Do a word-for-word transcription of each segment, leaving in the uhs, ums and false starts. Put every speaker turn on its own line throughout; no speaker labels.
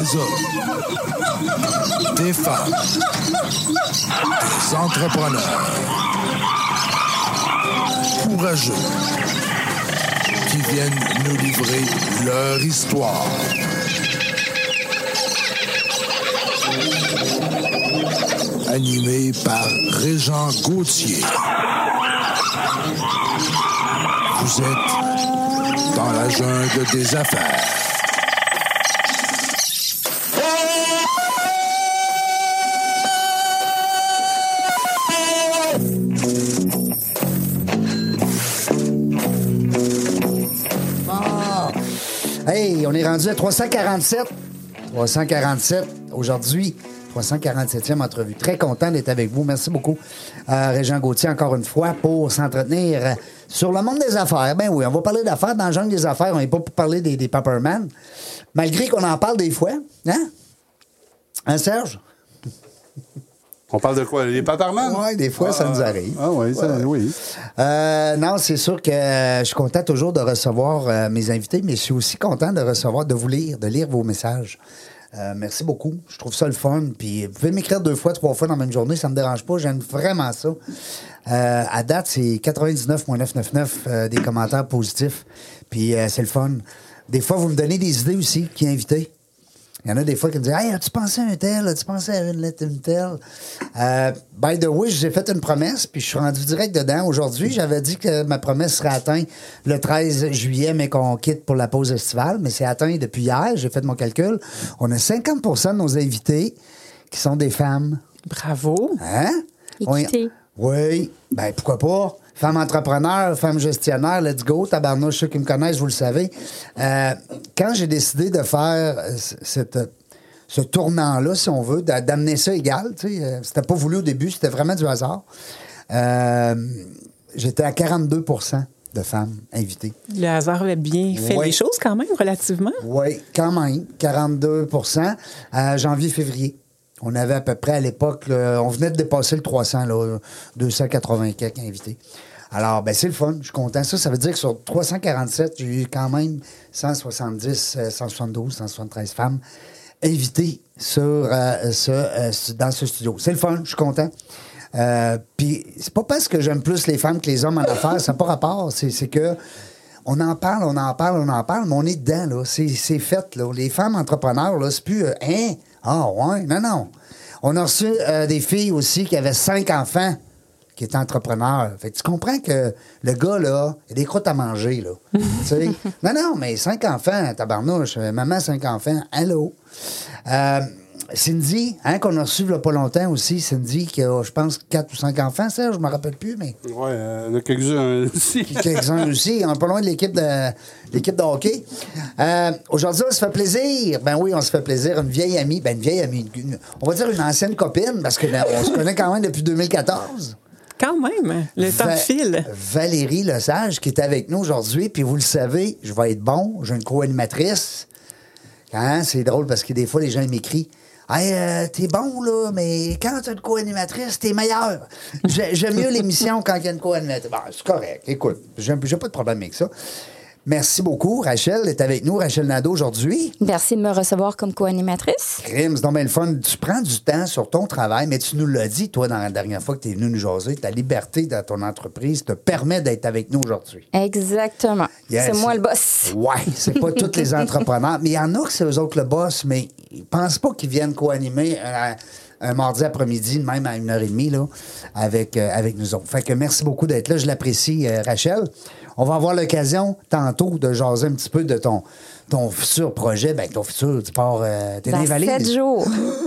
Des hommes, des femmes, des entrepreneurs courageux qui viennent nous livrer leur histoire. Animé par Régent Gauthier. Vous êtes dans la jungle des affaires.
Hey, on est rendu à trois cent quarante-sept. trois cent quarante-sept aujourd'hui. trois cent quarante-septième entrevue. Très content d'être avec vous. Merci beaucoup, euh, Régent Gauthier, encore une fois, pour s'entretenir euh, sur le monde des affaires. Ben oui, on va parler d'affaires dans le jungle des affaires. On n'est pas pour parler des, des Paperman, malgré qu'on en parle des fois. Hein? Hein, Serge?
On parle de quoi? Les Paperman?
Oui, des fois,
ah,
ça nous arrive.
Ah oui, ça,
ouais.
oui.
Euh, non, c'est sûr que euh, je suis content toujours de recevoir euh, mes invités, mais je suis aussi content de recevoir, de vous lire, de lire vos messages. Euh, merci beaucoup. Je trouve ça le fun. Puis vous pouvez m'écrire deux fois, trois fois dans la même journée, ça me dérange pas. J'aime vraiment ça. Euh, à date, c'est quatre-vingt-dix-neuf virgule neuf cent quatre-vingt-dix-neuf euh, des commentaires positifs. Puis euh, c'est le fun. Des fois, vous me donnez des idées aussi, qui invitez. Il y en a des fois qui me disent « Hey, as-tu pensé à un tel? As-tu pensé à une lettre, une telle? Euh, » By the way, j'ai fait une promesse, puis je suis rendu direct dedans. Aujourd'hui, j'avais dit que ma promesse serait atteinte le treize juillet, mais qu'on quitte pour la pause estivale. Mais c'est atteint depuis hier. J'ai fait mon calcul. On a cinquante pour cent de nos invités qui sont des femmes.
Bravo.
Hein?
Équité.
Oui. Ben, pourquoi pas? Femme entrepreneur, femme gestionnaire, let's go. Tabarnouche, ceux qui me connaissent, vous le savez. Euh, quand j'ai décidé de faire cette, ce tournant-là, si on veut, d'amener ça égal, tu sais, c'était pas voulu au début, c'était vraiment du hasard. Euh, j'étais à quarante-deux pour cent de femmes invitées.
Le hasard avait bien fait
oui.
les choses quand même, relativement.
Oui, quand même. quarante-deux pour cent à janvier-février. On avait à peu près à l'époque, là, on venait de dépasser le trois cents, là, deux cent quatre-vingts quelques invités. Alors, ben c'est le fun, je suis content. Ça, ça veut dire que sur trois cent quarante-sept, j'ai eu quand même cent soixante-dix, cent soixante-douze, cent soixante-treize femmes invitées sur, euh, ce, euh, dans ce studio. C'est le fun, je suis content. Euh, Puis, c'est pas parce que j'aime plus les femmes que les hommes en affaires, ça n'a pas rapport. C'est, c'est que on en parle, on en parle, on en parle, mais on est dedans, là. C'est, c'est fait, là. Les femmes entrepreneurs, là, c'est plus... Euh, hein? Ah, ouais? Non, non. On a reçu euh, des filles aussi qui avaient cinq enfants qui étaient entrepreneurs. Fait que tu comprends que le gars, là, il a des croûtes à manger, là. Tu sais? Non, non, mais cinq enfants, tabarnouche. Maman, cinq enfants. Allô? Euh, Cindy, hein, qu'on a reçu il n'y a pas longtemps aussi. Cindy, qui a, je pense, quatre ou cinq enfants, ça, je ne me rappelle plus, mais...
Oui, euh, il y en a quelques-uns aussi.
Quelques-uns aussi. On n'est pas loin de l'équipe de, l'équipe de hockey. Euh, aujourd'hui, on se fait plaisir. Ben oui, on se fait plaisir. Une vieille amie, ben une vieille amie, une, on va dire une ancienne copine, parce qu'on se connaît quand même depuis deux mille quatorze.
Quand même, le
Va-
temps file.
Valérie Lesage, qui est avec nous aujourd'hui. Puis vous le savez, je vais être bon. J'ai une co-animatrice. Hein, c'est drôle parce que des fois, les gens ils m'écrient. Hey, euh, t'es bon, là, mais quand t'as une co-animatrice, t'es meilleur. J'ai- J'aime mieux l'émission quand il y a une co-animatrice. Bon, c'est correct. Écoute, j'ai j'ai pas de problème avec ça. Merci beaucoup. Rachel est avec nous. Rachel Nadeau, aujourd'hui.
Merci de me recevoir comme co-animatrice.
Crime, c'est donc bien le fun. Tu prends du temps sur ton travail, mais tu nous l'as dit, toi, dans la dernière fois que tu es venu nous jaser, ta liberté dans ton entreprise te permet d'être avec nous aujourd'hui.
Exactement.
Yes.
C'est moi le boss.
Ouais, c'est pas tous les entrepreneurs, mais il y en a que c'est eux autres le boss, mais ils pensent pas qu'ils viennent co-animer un, un mardi après-midi, même à une heure et demie, là, avec, euh, avec nous autres. Fait que merci beaucoup d'être là, je l'apprécie, euh, Rachel. On va avoir l'occasion tantôt de jaser un petit peu de ton, ton futur projet. Ben, ton futur, tu pars, euh, t'es dans
Dans
les valises.
sept jours.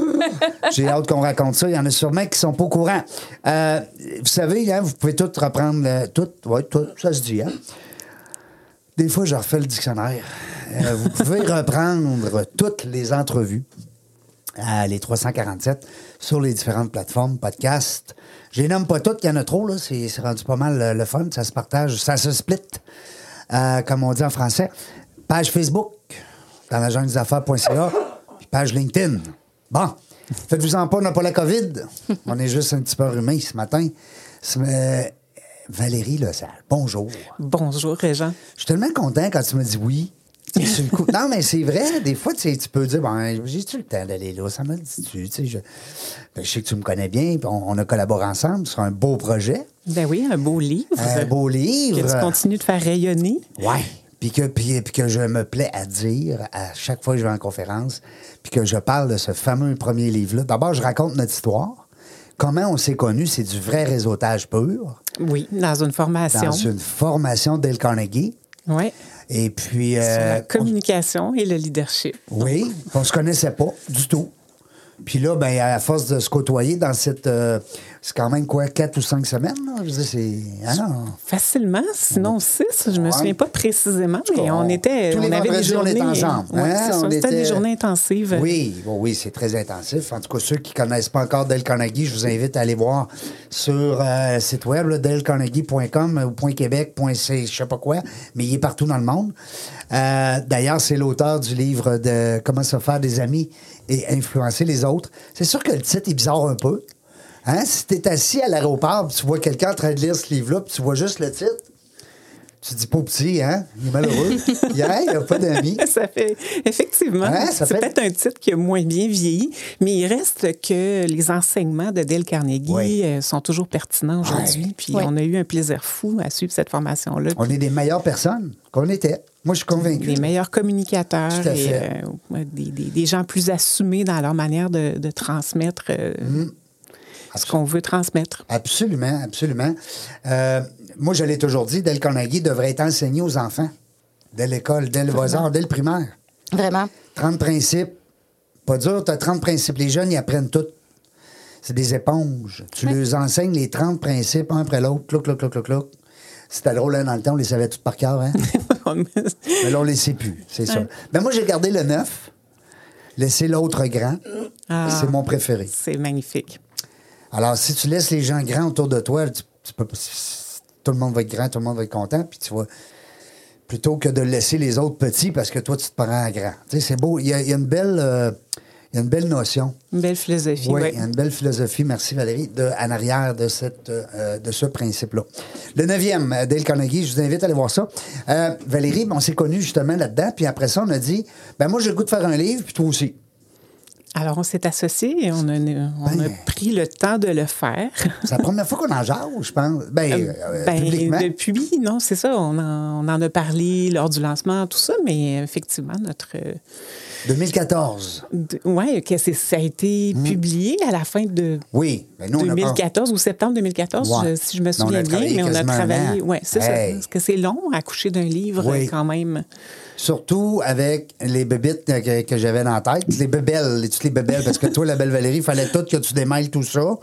J'ai hâte qu'on raconte ça. Il y en a sûrement qui sont pas au courant. Euh, vous savez, hein, vous pouvez tout reprendre, le, tout, ouais, tout, ça se dit, hein? Des fois, je refais le dictionnaire. Euh, vous pouvez reprendre toutes les entrevues, euh, les trois cent quarante-sept, sur les différentes plateformes, podcasts. Je les nomme pas toutes, il y en a trop, là. C'est, c'est rendu pas mal le, le fun. Ça se partage, ça se split, euh, comme on dit en français. Page Facebook, dans la jungle des affaires.ca, puis page LinkedIn. Bon, faites-vous-en pas, on n'a pas la COVID. On est juste un petit peu enrhumé ce matin. C'est, euh, Valérie Lesage, bonjour.
Bonjour, Régent.
Je suis tellement content quand tu me dis oui. Sur le coup. Non, mais c'est vrai, des fois, tu sais, tu peux dire, bon, j'ai-tu le temps d'aller là? Ça me le dit-tu? Tu sais, je... Ben, je sais que tu me connais bien, puis on, on a collaboré ensemble sur un beau projet,
Ben oui, un beau livre.
un beau livre.
Que tu continues de faire rayonner.
Oui. Puis que, puis, puis que je me plais à dire à chaque fois que je vais en conférence, puis que je parle de ce fameux premier livre-là. D'abord, je raconte notre histoire. Comment on s'est connus, c'est du vrai réseautage pur.
Oui, dans une formation.
Dans une formation Dale Carnegie.
Oui.
Et puis...
Sur
euh,
la communication et le leadership.
Oui, on se connaissait pas du tout. Puis là, ben, à force de se côtoyer dans cette... euh, c'est quand même quoi, quatre ou cinq semaines? Là? Je veux dire, c'est... Ah non.
Facilement, sinon six, je me
Ouais.
souviens pas précisément, mais
On-
on était...
tous les
on avait des
vendredis, on
journées...
était ensemble,
Ouais,
hein?
c'est ça,
On
c'était
était-
des journées intensives.
Oui, bon, oui, c'est très intensif. En tout cas, ceux qui ne connaissent pas encore Dale Carnegie, je vous invite à aller voir sur euh, le site web, dale carnegie point com ou point .québec, point c, je sais pas quoi, mais il est partout dans le monde. Euh, D'ailleurs, c'est l'auteur du livre de Comment se faire des amis et influencer les autres. C'est sûr que le titre est bizarre un peu. Hein? Si tu es assis à l'aéroport, puis tu vois quelqu'un en train de lire ce livre-là, puis tu vois juste le titre, tu te dis pas petit, hein? Il est malheureux. il n'a pas d'amis.
Ça fait, effectivement,
Hein, ça
c'est
fait-
peut-être un titre qui a moins bien vieilli, mais il reste que les enseignements de Dale Carnegie
Oui.
euh, sont toujours pertinents aujourd'hui.
Ouais.
Puis
Oui.
on a eu un plaisir fou à suivre cette formation-là.
On est des meilleures personnes qu'on était. Moi, je suis convaincu.
Des meilleurs communicateurs
Tout à
et
fait.
euh, ouais, des, des- des gens plus assumés dans leur manière de, de transmettre euh,
Mm.
ce qu'on veut transmettre.
Absolument, absolument. Euh, moi, je l'ai toujours dit, Dale Carnegie devrait être enseigné aux enfants, dès l'école, dès le beaux-arts, dès le primaire.
Vraiment.
trente principes. Pas dur, tu as trente principes. Les jeunes, ils apprennent tout. C'est des éponges. Tu leur enseignes les trente principes, un après l'autre, clouc, clouc, clouc, clouc, clouc. C'était drôle, hein, dans le temps, on les savait tous par cœur, hein? Mais là, on les sait plus, c'est ça. Ben, moi, j'ai gardé le neuf, laissé l'autre grand.
Ah.
C'est mon préféré.
C'est magnifique.
Alors, si tu laisses les gens grands autour de toi, tu, tu peux, tout le monde va être grand, tout le monde va être content, puis tu vas... Plutôt que de laisser les autres petits parce que toi, tu te prends à grand. Tu sais, c'est beau. Il y a, il y a une belle... euh, il y a une belle notion.
Une belle philosophie,
Oui,
oui.
il y a une belle philosophie, merci Valérie, de, en arrière de, cette, euh, de ce principe-là. Le neuvième, euh, Dale Carnegie, je vous invite à aller voir ça. Euh, Valérie, on s'est connus justement là-dedans, puis après ça, on a dit, ben moi, j'ai le goût de faire un livre, puis toi aussi.
Alors, on s'est associés et on a, on a
Ben.
pris le temps de le faire.
C'est la première fois qu'on en jase, je pense. Ben, euh,
Ben,
publiquement.
depuis, non, c'est ça. On en, on en a parlé lors du lancement, tout ça, mais effectivement, notre.
deux mille quatorze.
Oui, que c'est- ça a été publié à la fin de
Oui. Ben, nous, on a
deux mille quatorze ou septembre deux mille quatorze,
Ouais.
je- si je me
Mais on a
souviens bien,
travaillé
mais on a
quasiment un
travaillé.
an.
Oui, c'est
Hey.
ça. Parce que c'est long à coucher d'un livre,
Oui.
quand même.
Surtout avec les bébites que, que j'avais dans la tête. Les bébelles, les- toutes les bébelles, parce que toi, la belle Valérie, il fallait tout que tu démêles tout ça.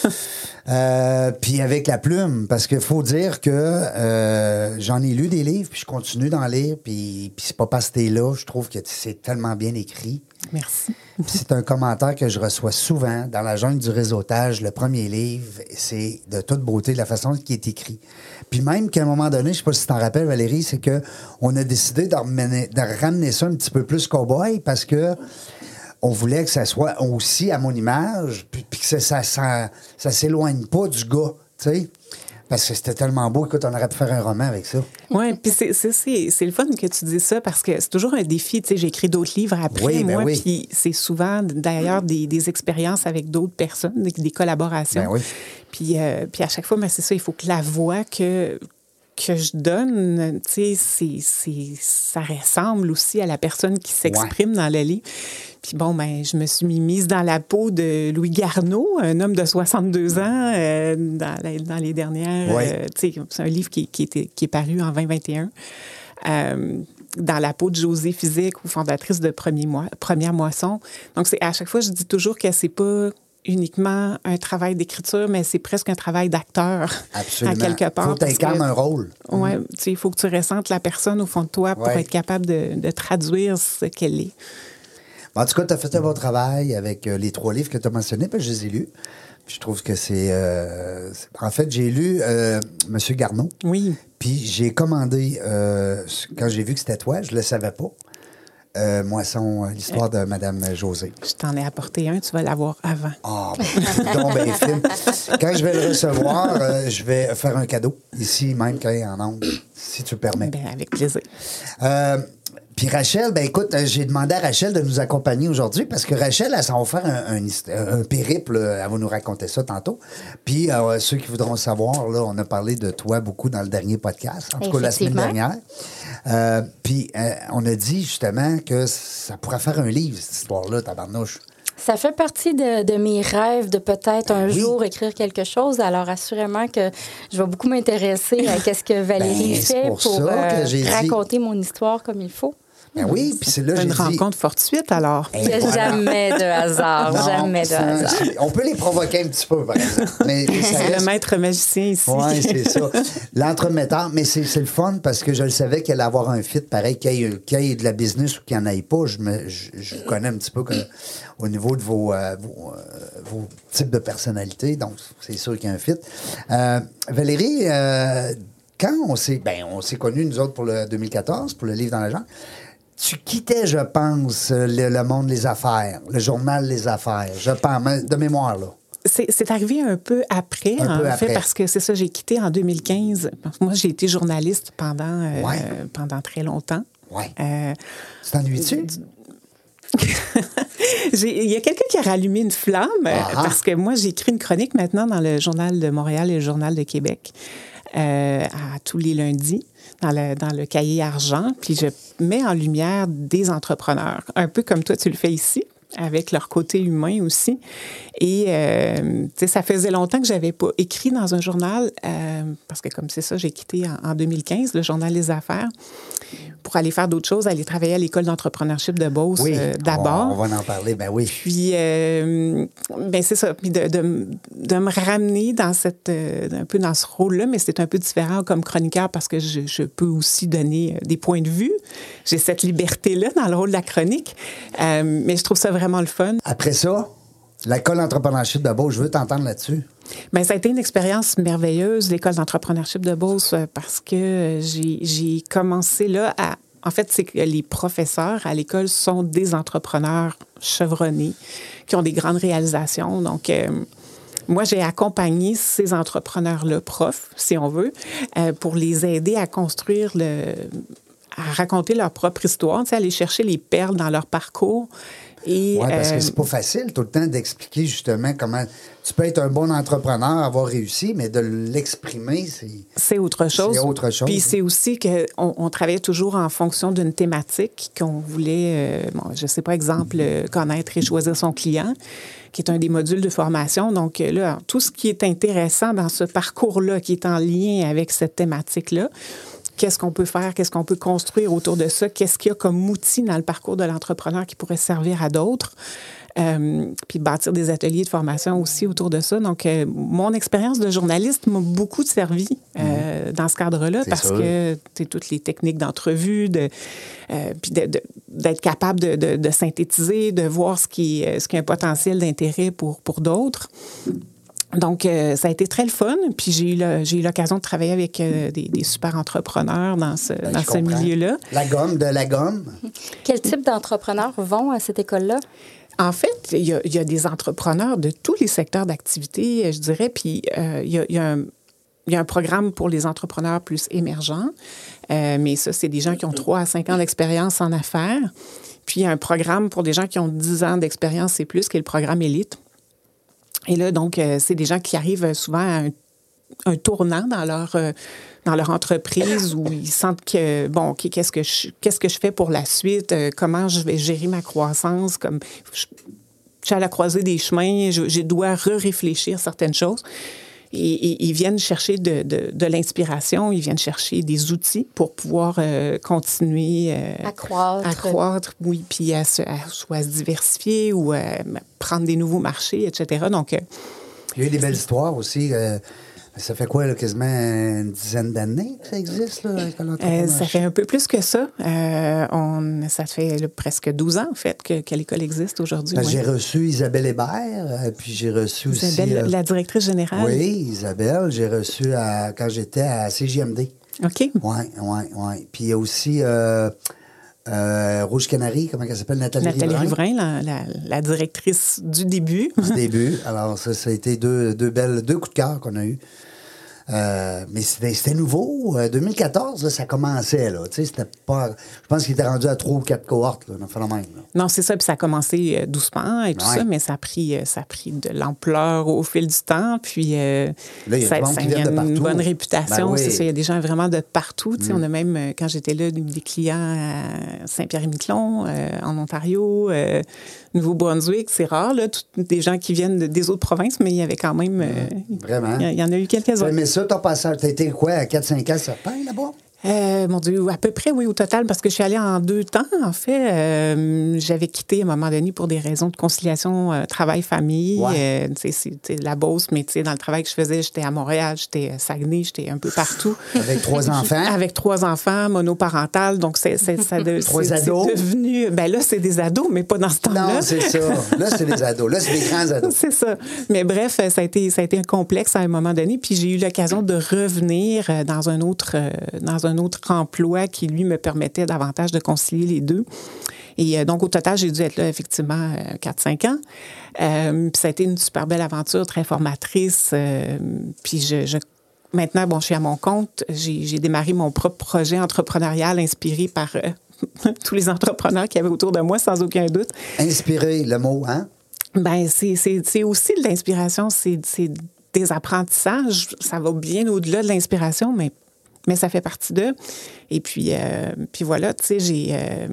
Euh, puis avec la plume, parce qu'il faut dire que euh, j'en ai lu des livres, puis je continue d'en lire, puis, puis c'est pas parce que t'es là, je trouve que c'est tellement bien écrit.
Merci.
Puis c'est un commentaire que je reçois souvent dans la jungle du réseautage. Le premier livre, c'est de toute beauté, de la façon qui est écrit. Puis même qu'à un moment donné, je sais pas si tu t'en rappelles, Valérie, c'est que on a décidé de, remener- de ramener ça un petit peu plus cow-boy parce que on voulait que ça soit aussi à mon image, puis, puis que ça, ça, ça, ça s'éloigne pas du gars, tu sais. Parce que c'était tellement beau, écoute, on aurait pu faire un roman avec ça.
Oui, puis c'est, c'est, c'est, c'est le fun que tu dis ça parce que c'est toujours un défi. Tu sais, j'ai écrit d'autres livres après,
Oui, ben
moi,
oui.
puis c'est souvent d'ailleurs des, des expériences avec d'autres personnes, des, des collaborations.
Ben oui.
Puis, euh, puis à chaque fois, ben, c'est ça, il faut que la voix que, que je donne, tu sais, c'est, c'est, ça ressemble aussi à la personne qui s'exprime dans le livre. Puis bon, ben, je me suis mis mise dans la peau de Louis Garneau, un homme de soixante-deux ans, euh, dans, la- dans les dernières...
Oui.
euh, tu sais, c'est un livre qui, qui, était, qui est paru en vingt vingt et un. Euh, dans la peau de Josée Physique, fondatrice de Premier Moi- Première Moisson. Donc, c'est, à chaque fois, je dis toujours que c'est pas uniquement un travail d'écriture, mais c'est presque un travail d'acteur.
Absolument.
À quelque part.
Faut
parce
t'incarnes
que-
un rôle.
Ouais, tu sais, il faut que tu ressentes la personne au fond de toi pour
Ouais.
être capable de, de traduire ce qu'elle est.
En tout cas, tu as fait un bon travail avec euh, les trois livres que tu as mentionnés, puis je les ai lus. Puis je trouve que c'est... euh, c'est- en fait, j'ai lu euh, M. Garneau,
Oui.
puis j'ai commandé, euh, quand j'ai vu que c'était toi, je le savais pas, euh, Moisson, euh, l'histoire de Mme Josée.
Je t'en ai apporté un, tu vas l'avoir avant.
Ah, ben, donc ben film. Quand je vais le recevoir, euh, je vais faire un cadeau, ici même, quand il est en ondes, si tu le permets.
Ben, avec plaisir.
Euh, Puis Rachel, ben écoute, euh, j'ai demandé à Rachel de nous accompagner aujourd'hui parce que Rachel, elle s'en va faire un, un, hist- un périple. euh, Elle va nous raconter ça tantôt. Puis euh, ceux qui voudront savoir, là, on a parlé de toi beaucoup dans le dernier podcast, en tout cas la semaine
Effectivement.
dernière. Euh, puis euh, on a dit justement que ça pourrait faire un livre, cette histoire-là, tabarnouche.
Ça fait partie de, de mes rêves de peut-être un
oui.
jour écrire quelque chose. Alors, assurément que je vais beaucoup m'intéresser à ce que Valérie
Ben, c'est
fait
pour
pour,
ça
euh,
que j'ai dit-
raconter mon histoire comme il faut.
Ben oui, puis c'est là
Une
j'ai dit...
rencontre fortuite, alors.
Et
Il n'y a
voilà.
jamais de hasard,
Non,
jamais de
ça,
hasard.
c'est- On peut les provoquer un petit peu, par exemple. Mais ça
C'est le
reste-
maître magicien ici.
Oui, c'est ça. L'entremetteur, mais c'est c'est le fun parce que je le savais qu'elle allait avoir un fit pareil, qu'il y, ait- qu'il y ait de la business ou qu'il n'y en ait pas. Je, me, je, je vous connais un petit peu que- au niveau de vos, euh, vos, euh, vos types de personnalité, donc c'est sûr qu'il y a un fit. Euh, Valérie, euh, quand on s'est ben, on s'est connus, nous autres, pour le deux mille quatorze, pour le livre dans la jungle, tu quittais, je pense, le, le monde des affaires, le journal Les Affaires, je pense, mais de mémoire, là.
C'est c'est arrivé un peu après,
Un
en
peu
fait,
après.
parce que c'est ça, j'ai quitté en deux mille quinze. Moi, j'ai été journaliste pendant, euh,
Ouais.
pendant très longtemps.
Oui.
Euh,
Tu t'ennuies-tu?
j'ai- Il y a quelqu'un qui a rallumé une flamme euh,
Ah ah.
parce que moi, j'écris une chronique maintenant dans le Journal de Montréal et le Journal de Québec euh, à tous les lundis dans le, dans le cahier argent. Puis je mets en lumière des entrepreneurs, un peu comme toi, tu le fais ici, avec leur côté humain aussi. Et euh, tu sais, ça faisait longtemps que j'avais pas écrit dans un journal, euh, parce que comme c'est ça, j'ai quitté en, en deux mille quinze le Journal Les Affaires pour aller faire d'autres choses, aller travailler à l'École d'entrepreneurship de Beauce
Oui,
euh, d'abord.
On, on va en parler, ben oui.
Puis, euh, ben c'est ça. Puis de, de, de me ramener dans cette, euh, un peu dans ce rôle-là, mais c'est un peu différent comme chroniqueur parce que je, je peux aussi donner des points de vue. J'ai cette liberté-là dans le rôle de la chronique. Euh, mais je trouve ça vraiment le fun.
Après ça, l'école d'entrepreneurship de Beauce, je veux t'entendre là-dessus.
Bien, ça a été une expérience merveilleuse, l'École d'entrepreneurship de Beauce, euh, parce que j'ai, j'ai commencé là à... En fait, c'est que les professeurs à l'école sont des entrepreneurs chevronnés qui ont des grandes réalisations. Donc, euh, moi, j'ai accompagné ces entrepreneurs-là, profs, si on veut, euh, pour les aider à construire le... à raconter leur propre histoire, tu sais, aller chercher les perles dans leur parcours.
Oui, parce
euh,
que c'est pas facile tout le temps d'expliquer justement comment tu peux être un bon entrepreneur, avoir réussi, mais de l'exprimer, c'est...
C'est autre chose.
C'est autre chose.
Puis c'est aussi qu'on on travaillait toujours en fonction d'une thématique qu'on voulait, euh, bon, je sais pas, exemple, euh, connaître et choisir son client, qui est un des modules de formation. Donc euh, là, tout ce qui est intéressant dans ce parcours-là, qui est en lien avec cette thématique-là, qu'est-ce qu'on peut faire, qu'est-ce qu'on peut construire autour de ça, qu'est-ce qu'il y a comme outil dans le parcours de l'entrepreneur qui pourrait servir à d'autres, euh, puis bâtir des ateliers de formation aussi autour de ça. Donc, euh, mon expérience de journaliste m'a beaucoup servi euh, dans ce cadre-là
C'est
parce
sûr.
que tu sais, toutes les techniques d'entrevue, de, euh, puis de, de, d'être capable de, de, de synthétiser, de voir ce qui, ce qui a un potentiel d'intérêt pour, pour d'autres. Donc, euh, ça a été très le fun. Puis j'ai eu, le, j'ai eu l'occasion de travailler avec euh, des, des super entrepreneurs dans ce,
Ben,
dans
je
ce
comprends.
milieu-là.
La gomme de la gomme.
Quel type d'entrepreneurs vont à cette école-là?
En fait, il y a, il y a des entrepreneurs de tous les secteurs d'activité, je dirais. Puis euh, il y a, il y a un, il y a un programme pour les entrepreneurs plus émergents. Euh, mais ça, c'est des gens qui ont trois à cinq ans d'expérience en affaires. Puis il y a un programme pour des gens qui ont dix ans d'expérience et plus, qui est le programme Élite. Et là, donc, euh, c'est des gens qui arrivent souvent à un, un tournant dans leur, euh, dans leur entreprise où ils sentent que, bon, OK, qu'est-ce que je, qu'est-ce que je fais pour la suite? Euh, comment je vais gérer ma croissance? Comme, je, je suis à la croisée des chemins, je, je dois re-réfléchir certaines choses. Et, et ils viennent chercher de, de, de l'inspiration, ils viennent chercher des outils pour pouvoir euh, continuer euh,
À croître.
à croître, oui, puis à se, à, soit à se diversifier ou à prendre des nouveaux marchés, et cetera. Donc, euh,
Il y a eu des belles histoires aussi. euh, ça fait quoi, là, quasiment une dizaine d'années que ça existe, là, l'école
euh,
d'entrepreneurship?
ça fait un peu plus que ça. Euh, on, ça fait là, presque douze ans, en fait, que, que l'école existe aujourd'hui.
Ben,
oui.
J'ai reçu Isabelle Hébert, euh, puis j'ai reçu
Isabelle,
aussi... euh,
la directrice générale.
oui, Isabelle, j'ai reçu à- quand j'étais à C J M D.
OK.
Oui, oui, oui. Puis il y a aussi euh, euh, Rouge Canary, comment elle s'appelle? Nathalie,
Nathalie
Riverain.
Riverain, la, la, la directrice du début.
Du début. Alors, ça, ça a été deux, deux belles, deux coups de cœur qu'on a eus. Euh, mais c'était, c'était nouveau. Euh, deux mille quatorze, là, ça commençait. Là. Tu sais, c'était pas, je pense qu'il était rendu à trois ou quatre cohortes, là, dans le phénomène. Là.
Non, c'est ça. Puis ça a commencé euh, doucement et tout
Ouais.
ça, mais ça a, pris, euh, ça a pris de l'ampleur au fil du temps. Puis euh,
Là, il y a
ça,
du monde
ça
qui vient
a
de
une
partout.
bonne réputation.
Ben oui.
C'est ça. Il y a des gens vraiment de partout. Tu sais, on a même, euh, quand j'étais là, des clients à Saint-Pierre-et-Miquelon, euh, en Ontario, euh, Nouveau-Brunswick. C'est rare, là, tout- des gens qui viennent de- des autres provinces, mais il y avait quand même... euh,
Vraiment.
Il y, il y en a eu quelques-uns.
Mais ça, t'as passé, t'as été quoi, à quatre cinq ans, certain, là-bas?
Euh, mon Dieu, à peu près, oui, au total, parce que je suis allée en deux temps, en fait. Euh, j'avais quitté à un moment donné pour des raisons de conciliation euh, travail-famille.
Ouais.
Euh, tu sais, c'est tu sais, la Beauce, mais tu sais, dans le travail que je faisais, j'étais à Montréal, j'étais à Saguenay, j'étais un peu partout.
Avec trois enfants?
Avec trois enfants, monoparental, donc c'est, c'est, ça de,
Trois
c'est,
ados?
c'est devenu... Ben là, c'est des ados, mais pas dans ce temps-là.
Non, c'est ça. Là, c'est des ados. Là, c'est des grands ados.
C'est ça. Mais bref, ça a été, ça a été un complexe à un moment donné. Puis j'ai eu l'occasion de revenir euh, dans un autre, euh, dans un autre emploi qui, lui, me permettait davantage de concilier les deux. Et euh, donc, au total, j'ai dû être là, effectivement, euh, quatre cinq ans. Euh, puis ça a été une super belle aventure, très formatrice. Euh, puis je, je maintenant, bon, je suis à mon compte. J'ai, j'ai démarré mon propre projet entrepreneurial inspiré par euh, tous les entrepreneurs qu'il y avait autour de moi, sans aucun doute.
Inspirer, le mot, hein?
Ben c'est, c'est, c'est aussi de l'inspiration, c'est, c'est des apprentissages. Ça va bien au-delà de l'inspiration, mais, mais ça fait partie d'eux. Et puis, euh, puis voilà, tu sais, j'ai, euh,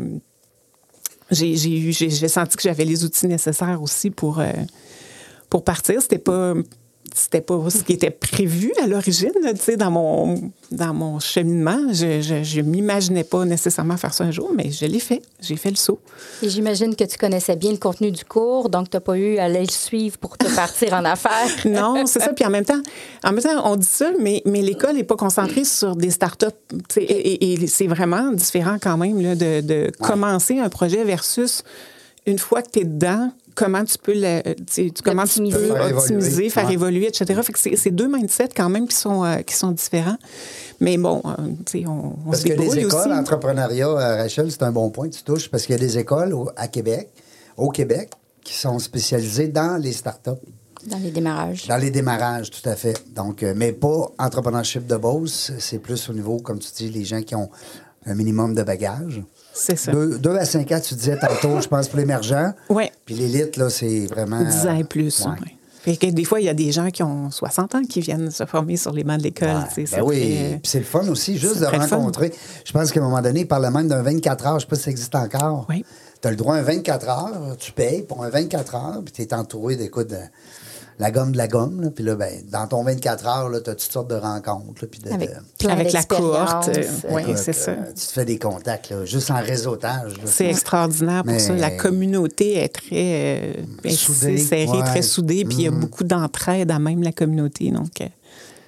j'ai, j'ai, eu, j'ai, j'ai senti que j'avais les outils nécessaires aussi pour, euh, pour partir. C'était pas... C'était pas ce qui était prévu à l'origine, là, tu sais, dans mon, dans mon cheminement. Je ne m'imaginais pas nécessairement faire ça un jour, mais je l'ai fait. J'ai fait le saut.
Et j'imagine que tu connaissais bien le contenu du cours, donc tu n'as pas eu à aller le suivre pour te partir en affaires.
Non, c'est ça. Puis en même temps, en même temps, on dit ça, mais, mais l'école n'est pas concentrée sur des startups. Et, et, et c'est vraiment différent quand même là, de, de ouais. commencer un projet versus une fois que tu es dedans, comment tu peux, le, tu, comment tu peux
faire
optimiser,
évoluer.
faire
ouais.
évoluer, et cetera. Fait que c'est, c'est deux mindsets quand même qui sont, euh, qui sont différents. Mais bon, euh, tu sais, on, on
parce
se débrouille
que les écoles,
aussi.
l'entrepreneuriat, euh, Rachel, c'est un bon point que tu touches, parce qu'il y a des écoles au, à Québec, au Québec, qui sont spécialisées dans les startups.
Dans les démarrages.
Dans les démarrages, tout à fait. Donc, euh, mais pas entrepreneurship de base, c'est plus au niveau, comme tu dis, les gens qui ont un minimum de bagages.
C'est ça.
Deux, deux à cinq ans, tu disais tantôt, je pense, pour l'émergent.
Oui.
Puis l'élite, là, c'est vraiment...
dix ans et plus,
ouais.
oui. Fait que des fois, il y a des gens qui ont soixante ans qui viennent se former sur les bancs de l'école.
Ouais,
c'est
ben oui,
très...
puis c'est le fun aussi, juste
c'est
de
très
rencontrer. Je pense qu'à un moment donné, il parle même d'un vingt-quatre heures, je ne sais pas si ça existe encore.
Oui.
Tu as le droit à un vingt-quatre heures, tu payes pour un vingt-quatre heures, puis tu es entouré d'écoute de la gomme de la gomme. Là, puis là, ben, dans ton vingt-quatre heures, tu as toutes sortes de rencontres. Là, puis de,
Avec,
de,
Avec la cohorte. Euh, oui,
écoute,
c'est ça.
Euh, tu te fais des contacts, là, juste en réseautage. Là,
c'est extraordinaire pour
mais,
ça. La communauté est très euh,
soudée,
serrée, ouais. très soudée. Puis il mm. y a beaucoup d'entraide à même la communauté. Donc, euh...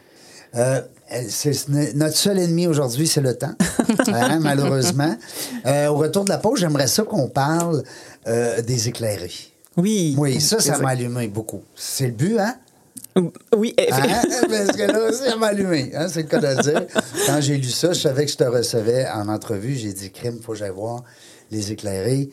Euh, c'est, notre seul ennemi aujourd'hui, c'est le temps, hein, malheureusement. Euh, au retour de la pause, j'aimerais ça qu'on parle euh, des éclaireries.
Oui.
Oui, ça, ça m'a allumé beaucoup. C'est le but, hein?
Oui.
Hein? Parce que là aussi, ça m'a allumé, hein? C'est le cas de le dire. Quand j'ai lu ça, je savais que je te recevais en entrevue. J'ai dit, crime, il faut que j'aille voir les éclaireries.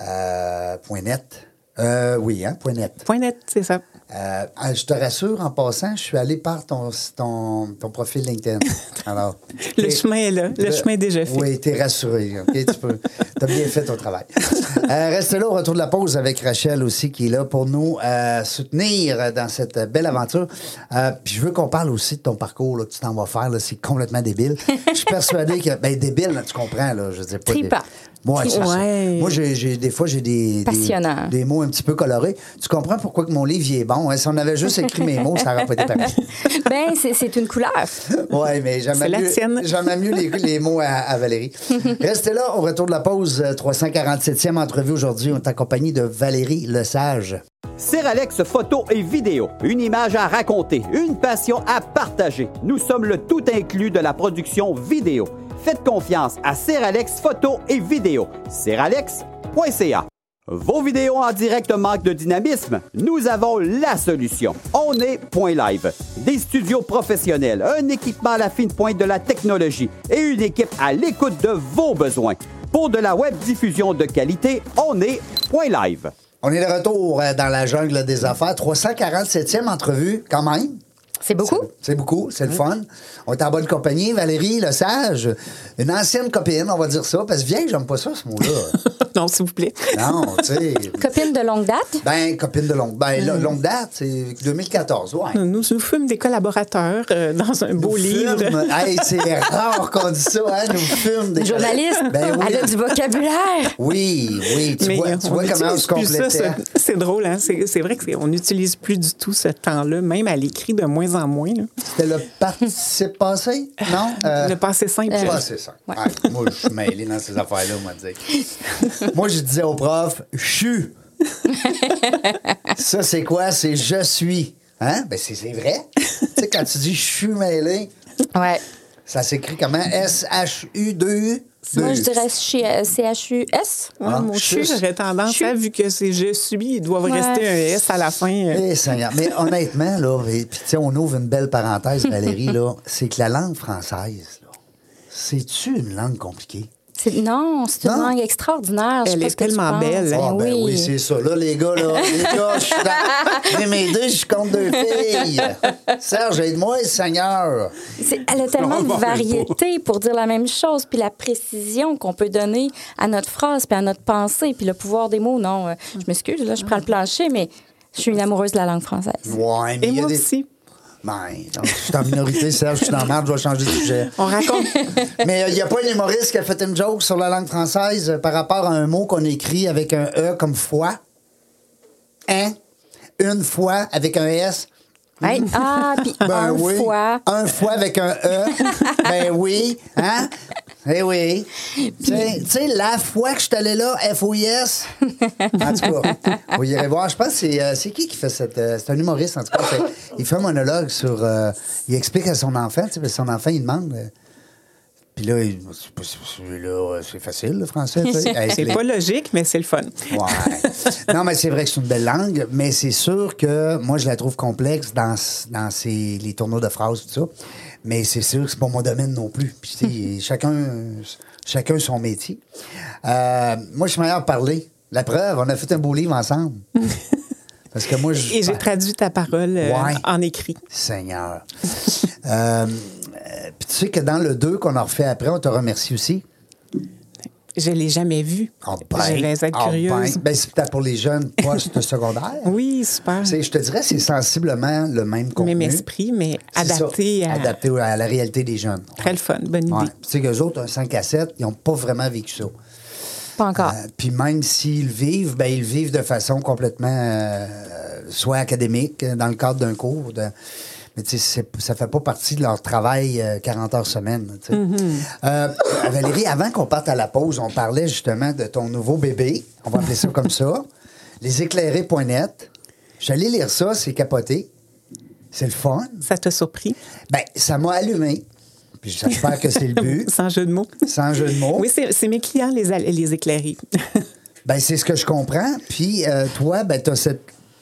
Euh, point net. Euh, oui, hein? Point net.
Point net, c'est ça.
Euh, je te rassure, en passant, je suis allé par ton, ton, ton profil LinkedIn. Alors,
le chemin est là. Le, le chemin est déjà fait.
Oui, tu es rassuré. Okay? Tu peux, as bien fait ton travail. euh, reste là au retour de la pause avec Rachel aussi, qui est là pour nous euh, soutenir dans cette belle aventure. Euh, puis je veux qu'on parle aussi de ton parcours là, que tu t'en vas faire. Là, c'est complètement débile. Je suis persuadé que... Ben, débile, là, tu comprends. Là, je veux dire, pas
Trippant.
Moi, c'est
ouais.
ça. Moi, j'ai, j'ai, des fois, j'ai des, des, des mots un petit peu colorés. Tu comprends pourquoi que mon livre il est bon. Hein? Si on avait juste écrit mes mots, ça n'aurait pas été pareil.
Bien, c'est, c'est une couleur.
Oui, mais j'aime
c'est
mieux,
la tienne.
j'aime mieux les, les mots à, à Valérie. Restez là, au retour de la pause, trois cent quarante-septième entrevue aujourd'hui. On est en compagnie de Valérie Lesage.
Seralex Photo et Vidéo. Une image à raconter, une passion à partager. Nous sommes le tout inclus de la production vidéo. Faites confiance à Seralex Photo et Vidéo. seralex point c a. Vos vidéos en direct manquent de dynamisme? Nous avons la solution. On est Point Live. Des studios professionnels, un équipement à la fine pointe de la technologie et une équipe à l'écoute de vos besoins. Pour de la web diffusion de qualité, on est Point Live.
On est de retour dans la jungle des affaires. trois cent quarante-septième entrevue, quand même.
C'est beaucoup?
C'est, c'est beaucoup, c'est le fun. On est en bonne compagnie. Valérie Lesage, une ancienne copine, on va dire ça, parce que vieille, j'aime pas ça, ce mot-là.
Non, s'il vous plaît.
Non, tu sais.
Copine de longue date?
Ben, copine de longue, ben,
Mm.
longue date, c'est deux mille quatorze, ouais.
Nous, nous fûmes des collaborateurs euh, dans un beau
Nous
livre.
fume. Hey, c'est rare qu'on dise ça, hein? Nous fume des
Journaliste?
Ben oui.
Elle a du vocabulaire.
Oui, oui, tu
Mais
vois,
euh,
tu
on
vois comment on
n'utilise
se
plus ça,
complétait.
ce- c'est drôle, hein? C'est, c'est vrai qu'on n'utilise plus du tout ce temps-là, même à l'écrit de moins en moins. Là.
C'était le participe passé? Non? Euh,
Le passé simple.
le passé simple.
Ouais.
Ouais, moi, je suis mêlé dans ces affaires-là, on va dire. Moi, je disais au prof, « chu ». Ça, c'est quoi? C'est « je suis ». Hein? Ben, c'est, c'est vrai. Tu sais, quand tu dis « je suis mêlé
Ouais. »,
ça s'écrit comment? S H U deux U?
Moi, je dirais C H U S.
Ouais,
Ah,
mon
chus.
chu, j'aurais tendance,
Chu.
à, vu que c'est je suis, ils doivent
Ouais.
rester un S à la fin. euh.
Eh, Seigneur. Mais honnêtement, là, et puis tu sais, on ouvre une belle parenthèse, Valérie, là, c'est que la langue française, là, c'est-tu une langue compliquée?
C'est- Non, c'est une
Non.
langue extraordinaire. Je sais
Elle
pas
est
ce que tu
tellement
penses.
belle.
Ben
Ah, ben oui,
oui.
c'est ça. Là, les gars, là, les gars, je suis dans... J'ai mes deux, je compte deux filles. Serge, aide-moi, Seigneur.
C'est- Elle a tellement de
Vraiment,
variété pour dire la même chose, puis la précision qu'on peut donner à notre phrase, puis à notre pensée, puis le pouvoir des mots. Non, euh, je m'excuse, là, je prends le plancher, mais je suis une amoureuse de la langue française.
Ouais, mais
Et
il y a
moi
des...
aussi.
Ben, donc, je suis en minorité, Serge, je suis dans la merde, je vais changer de sujet.
On raconte.
Mais il n'y a pas un humoriste qui a fait une joke sur la langue française euh, par rapport à un mot qu'on écrit avec un E comme foi. Hein? Une fois avec un S.
Hey, ah, puis
Ben
un
oui.
fois.
Un fois avec un E. Ben oui. Hein? Eh oui. Tu sais- tu sais, la fois que je suis allé là, F O I S. En tout cas, vous irez voir. Je pense que c'est, euh, c'est qui qui fait cette. euh, c'est un humoriste, en tout cas. C'est- il fait un monologue sur. euh, il explique à son enfant, tu sais, parce que son enfant, il demande. euh, puis là, il, c'est, pas- c'est- là, euh, c'est facile, le français. tu sais. Hey,
C'est
les-
pas logique, mais c'est le fun.
Ouais. Non, mais c'est vrai que c'est une belle langue, mais c'est sûr que moi, je la trouve complexe dans, dans ces, les tourneaux de phrases, tout ça. Mais c'est sûr que c'est pas mon domaine non plus. Puis, tu sais, chacun, chacun son métier. Euh, moi, je suis meilleur à parler. La preuve, on a fait un beau livre ensemble. Parce que moi, je.
Et j'ai traduit ta parole euh,
Ouais.
en écrit.
Seigneur. euh, euh, Puis tu sais que dans le deux qu'on a refait après, on te remercie aussi.
Je l'ai jamais vu.
Ah ben,
je vais être
ah
curieuse.
ben. Ben, c'est peut-être pour les jeunes post-secondaires.
Oui, super.
C'est- Je te dirais, c'est sensiblement le même contenu.
Même esprit, mais
C'est
adapté
ça,
à.
adapté à la réalité des jeunes.
Très le fun. Bonne idée.
Ouais. Tu sais qu'eux autres, un cinq à sept, ils n'ont pas vraiment vécu ça.
Pas encore.
Euh, Puis même s'ils le vivent, ben, ils le vivent de façon complètement euh, soit académique, euh, dans le cadre d'un cours. De... Mais tu sais, c'est- ça fait pas partie de leur travail euh, quarante heures semaine. tu sais. Euh, Valérie, avant qu'on parte à la pause, on parlait justement de ton nouveau bébé. On va appeler ça comme ça. Les éclairés point net. J'allais lire ça, c'est capoté. C'est le fun.
Ça t'a surpris?
Ben, ça m'a allumé. Puis j'espère que c'est le but.
Sans jeu de mots.
Sans jeu de mots.
Oui, c'est c'est mes clients, les, al- les éclairés.
Ben, c'est ce que je comprends. Puis euh, toi, ben, tu as cette.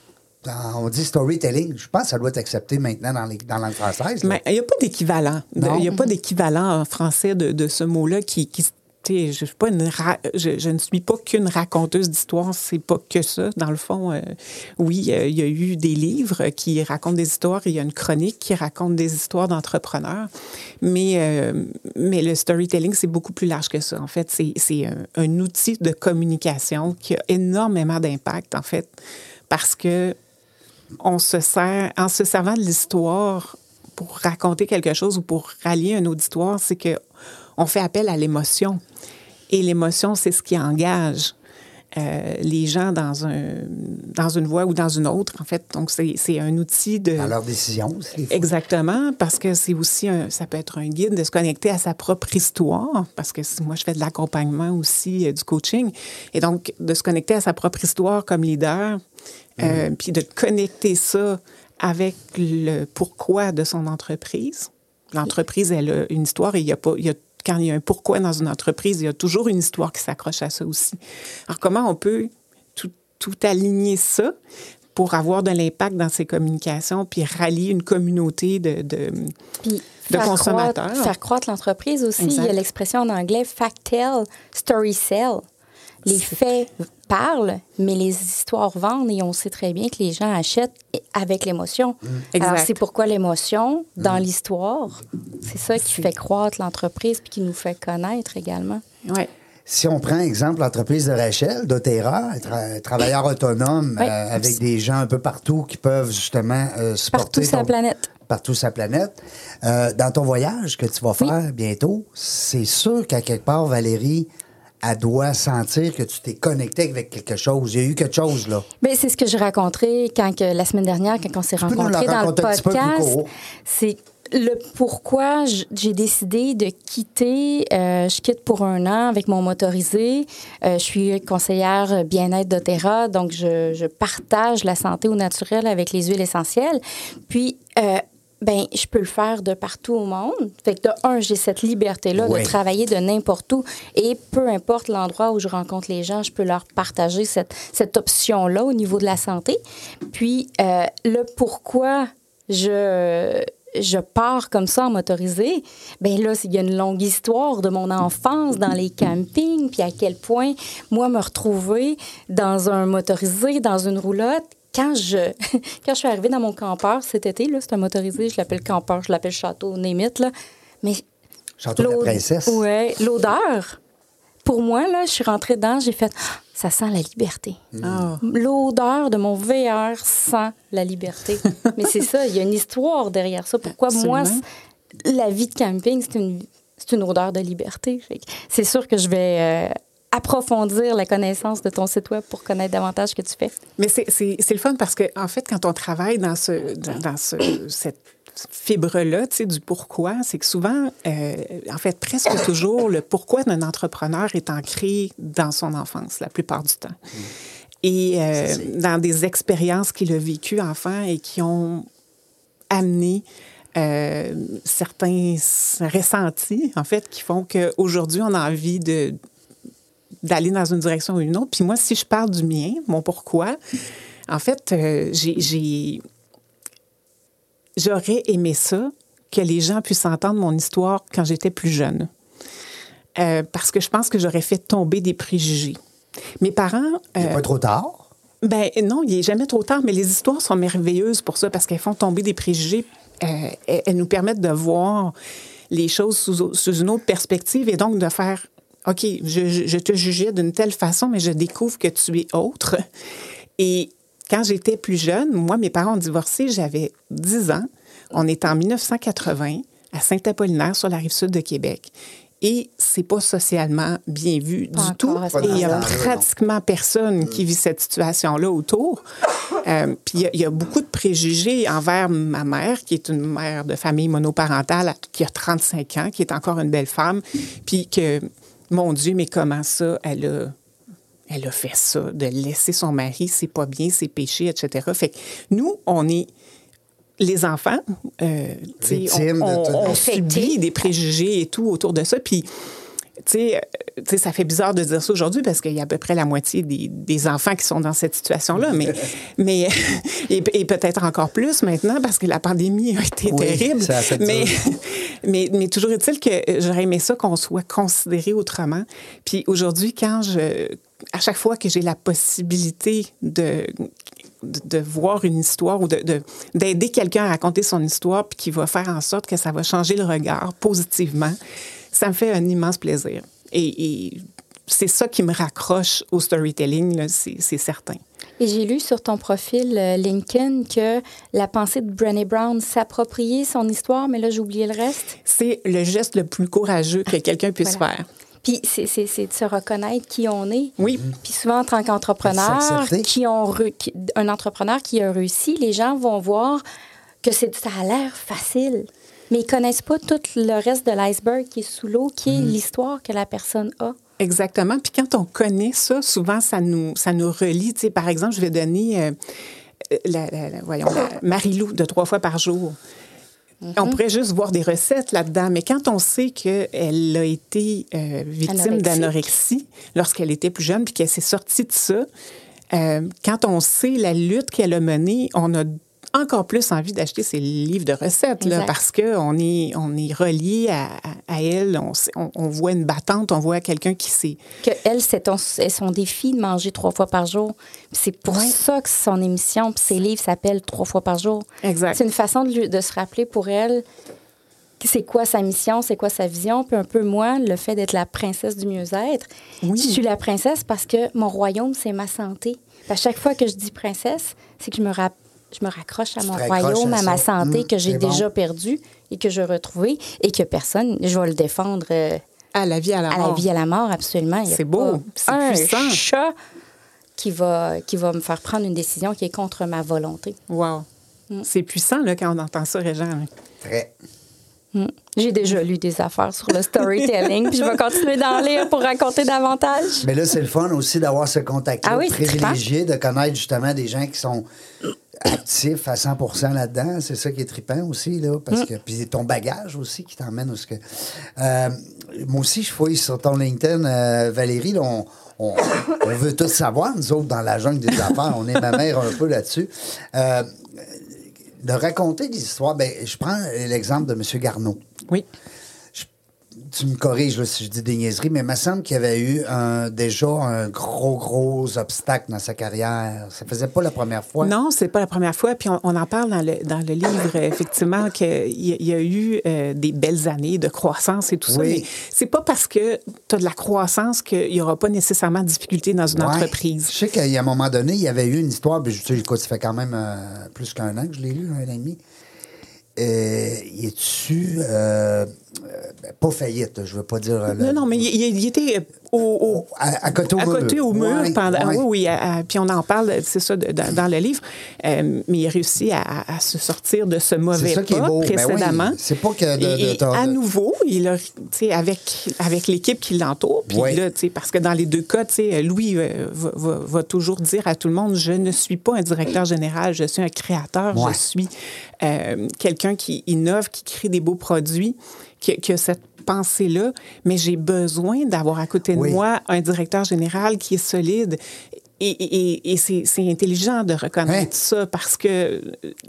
On dit storytelling. Je pense que ça doit être accepté maintenant dans, les, dans la langue française. là.
Mais il n'y a pas d'équivalent. De-
Non.
Il n'y a pas d'équivalent en français de, de ce mot-là qui. qui tu sais, je, suis pas une ra- je, je ne suis pas qu'une raconteuse d'histoire, c'est pas que ça. Dans le fond, euh, oui, euh, il y a eu des livres qui racontent des histoires, il y a une chronique qui raconte des histoires d'entrepreneurs, mais, euh, mais le storytelling, c'est beaucoup plus large que ça. En fait, c'est, c'est un, un outil de communication qui a énormément d'impact, en fait, parce que on se sert, en se servant de l'histoire pour raconter quelque chose ou pour rallier un auditoire, c'est que on fait appel à l'émotion. Et l'émotion, c'est ce qui engage euh, les gens dans, un, dans une voie ou dans une autre, en fait. Donc, c'est, c'est un outil de...
Dans leurs décisions aussi.
Exactement, parce que c'est aussi, un, ça peut être un guide de se connecter à sa propre histoire, parce que moi, je fais de l'accompagnement aussi, euh, du coaching. Et donc, de se connecter à sa propre histoire comme leader, euh, puis de connecter ça avec le pourquoi de son entreprise. L'entreprise, elle a une histoire et il y a pas... Il y a, quand il y a un pourquoi dans une entreprise, il y a toujours une histoire qui s'accroche à ça aussi. Alors, comment on peut tout, tout aligner ça pour avoir de l'impact dans ses communications puis rallier une communauté de, de,
Puis
de
faire
consommateurs?
Croître, faire croître l'entreprise aussi.
Exact.
Il y a l'expression en anglais « fact tell, story sell ». Les faits parlent, mais les histoires vendent et on sait très bien que les gens achètent avec l'émotion.
Exact.
Alors, c'est pourquoi l'émotion, dans l'histoire, c'est ça qui fait croître l'entreprise puis qui nous fait connaître également.
Oui.
Si on prend exemple l'entreprise de Rachel, doTERRA, tra- travailleur autonome
Oui.
euh, avec des gens un peu partout qui peuvent justement euh, supporter
Partout sur la
ton-
planète.
partout sur la planète. Euh, dans ton voyage que tu vas faire bientôt, c'est sûr qu'à quelque part, Valérie, elle doit sentir que tu t'es connecté avec quelque chose. Il y a eu quelque chose, là.
Bien, c'est ce que je racontais quand que, la semaine dernière, quand on s'est
peux nous
rencontrés
la
dans le
raconter un petit peu plus
podcast.
court?
C'est le pourquoi j- j'ai décidé de quitter. Euh, je quitte pour un an avec mon motorisé. Euh, je suis conseillère bien-être doTERRA, donc je, je partage la santé au naturel avec les huiles essentielles. Puis, euh, ben, je peux le faire de partout au monde. Fait que de un, j'ai cette liberté-là
Oui.
de travailler de n'importe où. Et peu importe l'endroit où je rencontre les gens, je peux leur partager cette, cette option-là au niveau de la santé. Puis, euh, le pourquoi je, je pars comme ça en motorisé, bien là, il y a une longue histoire de mon enfance dans les campings, puis à quel point, moi, me retrouver dans un motorisé, dans une roulotte, quand je, quand je suis arrivée dans mon campeur cet été, là, c'est un motorisé, je l'appelle campeur, je l'appelle château, name it, là, mais...
Château de la
l'od-
princesse.
Ouais, l'odeur, pour moi, là, je suis rentrée dedans, j'ai fait ah, ça sent la liberté.
Ah.
L'odeur de mon V R sent la liberté. Mais c'est ça, il y a une histoire derrière ça. Pourquoi moi,
Absolument.
c'est- la vie de camping, c'est une, c'est une odeur de liberté. Fait que c'est sûr que je vais euh, approfondir la connaissance de ton site web pour connaître davantage ce que tu fais.
Mais c'est, c'est, c'est le fun parce que, en fait, quand on travaille dans, ce, dans, dans ce, cette fibre-là, tu sais, du pourquoi, c'est que souvent, euh, en fait, presque toujours, le pourquoi d'un entrepreneur est ancré dans son enfance, la plupart du temps. Et euh, dans des expériences qu'il a vécues enfant et qui ont amené euh, certains ressentis, en fait, qui font qu'aujourd'hui, on a envie de d'aller dans une direction ou une autre. Puis moi, si je parle du mien, mon pourquoi, en fait, euh, j'ai, j'ai... j'aurais aimé ça, que les gens puissent entendre mon histoire quand j'étais plus jeune. Euh, parce que je pense que j'aurais fait tomber des préjugés. Mes parents...
Il n'est
euh,
pas trop tard.
ben non, il n'est jamais trop tard, mais les histoires sont merveilleuses pour ça, parce qu'elles font tomber des préjugés. Euh, elles, elles nous permettent de voir les choses sous, sous une autre perspective et donc de faire, OK, je, je, je te jugeais d'une telle façon, mais je découvre que tu es autre. Et quand j'étais plus jeune, moi, mes parents ont divorcé, j'avais dix ans. On est en dix-neuf cent quatre-vingts à Saint-Apollinaire, sur la rive sud de Québec. Et c'est pas socialement bien vu
Pas
du
encore
tout.
à ce
Et il y a
moment-là.
pratiquement personne qui vit cette situation-là autour. Euh, puis il y a- il y, a beaucoup de préjugés envers ma mère, qui est une mère de famille monoparentale, qui a trente-cinq ans, qui est encore une belle femme, puis que, mon Dieu, mais comment ça, elle a... Elle a fait ça, de laisser son mari, c'est pas bien, c'est péché, et cetera. Fait que nous, on est les enfants, euh, tu sais,
Victimes
on,
de tout-
on, on
Affectés.
subit des préjugés et tout autour de ça. Puis, tu sais, euh, tu sais, ça fait bizarre de dire ça aujourd'hui parce qu'il y a à peu près la moitié des, des enfants qui sont dans cette situation-là, mais, mais et, et peut-être encore plus maintenant parce que la pandémie a été
Oui,
terrible.
ça a fait
mais,
dur.
mais, mais toujours est-il que j'aurais aimé ça qu'on soit considéré autrement. Puis aujourd'hui, quand je... À chaque fois que j'ai la possibilité de, de, de voir une histoire ou de, de- d'aider quelqu'un à raconter son histoire puis qui va faire en sorte que ça va changer le regard positivement, ça me fait un immense plaisir. Et, et c'est ça qui me raccroche au storytelling, là, c'est, c'est certain.
Et j'ai lu sur ton profil euh, LinkedIn que la pensée de Brené Brown, s'approprier son histoire, mais là, j'ai oublié le reste.
C'est le geste le plus courageux que quelqu'un puisse
Voilà.
faire.
Puis c'est, c'est, c'est de se reconnaître qui on est.
Oui.
Puis souvent, en tant qu'entrepreneur,
S'accepter.
qui ont re- qui- un entrepreneur qui a réussi, les gens vont voir que c'est, ça a l'air facile. Mais ils connaissent pas tout le reste de l'iceberg qui est sous l'eau, qui est l'histoire que la personne a.
Exactement. Puis quand on connaît ça, souvent, ça nous, ça nous relie. Tu sais, par exemple, je vais donner euh, la, la- la- voyons, la Marie-Lou de trois fois par jour. On pourrait juste voir des recettes là-dedans, mais quand on sait qu'elle a été euh, victime
Anorexique.
d'anorexie lorsqu'elle était plus jeune, puis qu'elle s'est sortie de ça, euh, quand on sait la lutte qu'elle a menée, on a encore plus envie d'acheter ses livres de recettes, là, parce qu'on est, on est relié à, à, à elle. On, on, on voit une battante, on voit quelqu'un qui sait.
Que elle, c'est, ton, c'est son défi de manger trois fois par jour. Puis c'est pour ouais. ça que son émission, puis ses livres s'appellent trois fois par jour.
Exact.
C'est une façon de, lui, de se rappeler pour elle c'est quoi sa mission, c'est quoi sa vision. Puis un peu moi, le fait d'être la princesse du mieux-être. Oui. Je suis la princesse parce que mon royaume, c'est ma santé. Puis à chaque fois que je dis princesse, c'est que je me, ra- je me raccroche à mon royaume, à, à ma santé mmh, que j'ai déjà bon. perdue et que je retrouvée et que personne, je vais le défendre euh,
à la vie à la
à
mort.
la vie à la mort, absolument.
C'est beau, c'est
un
puissant.
chat qui va, qui va me faire prendre une décision qui est contre ma volonté.
Wow. Mmh. C'est puissant là, quand on entend ça, Régent.
Très.
Mmh. J'ai déjà lu des affaires sur le storytelling, puis je vais continuer d'en lire pour raconter davantage.
Mais là, c'est le fun aussi d'avoir ce contact-là
ah oui,
privilégié, de connaître justement des gens qui sont actifs à cent pour cent là-dedans. C'est ça qui est trippant aussi, là, parce mmh. que puis ton bagage aussi qui t'emmène où ce que... Euh, moi aussi, je fouille sur ton LinkedIn, euh, Valérie, là, on, on, on veut tout savoir, nous autres, dans la jungle des affaires. On est ma mère un peu là-dessus. Euh, de raconter des histoires, bien, je prends l'exemple de M. Garneau.
Oui.
Je, tu me corriges là, si je dis des niaiseries, mais il me semble qu'il y avait eu un, déjà un gros, gros obstacle dans sa carrière. Ça faisait pas la première fois.
Non, c'est pas la première fois. Puis on, on en parle dans le, dans le livre, effectivement, qu'il y, y a eu euh, des belles années de croissance et tout ça.
Oui.
Mais c'est pas parce que tu as de la croissance qu'il y aura pas nécessairement de difficulté dans une
ouais.
entreprise.
Je sais qu'à un moment donné, il y avait eu une histoire, puis je sais, écoute, ça fait quand même euh, plus qu'un an que je l'ai lu, un an et demi. Euh, il est-tu euh, euh, pas faillite, je veux pas dire... Euh,
non, non, mais il, il était au, au,
à, à côté au
à
mur.
Côté au mur
ouais,
pendant,
ouais.
oui, oui, à, à, puis on en parle, c'est ça, de, dans, dans le livre, euh, mais il a réussi à, à se sortir de ce mauvais pas précédemment.
Ben oui, c'est pas que... De,
et,
de, de, de,
à nouveau, il a, avec, avec l'équipe qui l'entoure, puis
oui.
là, parce que dans les deux cas, Louis euh, va, va, va toujours dire à tout le monde, je ne suis pas un directeur général, je suis un créateur, ouais. je suis euh, quelqu'un qui innove, qui crée des beaux produits, qui, qui a cette pensée-là, mais j'ai besoin d'avoir à côté de oui. moi un directeur général qui est solide. Et, et, et c'est, c'est intelligent de reconnaître hein? ça parce que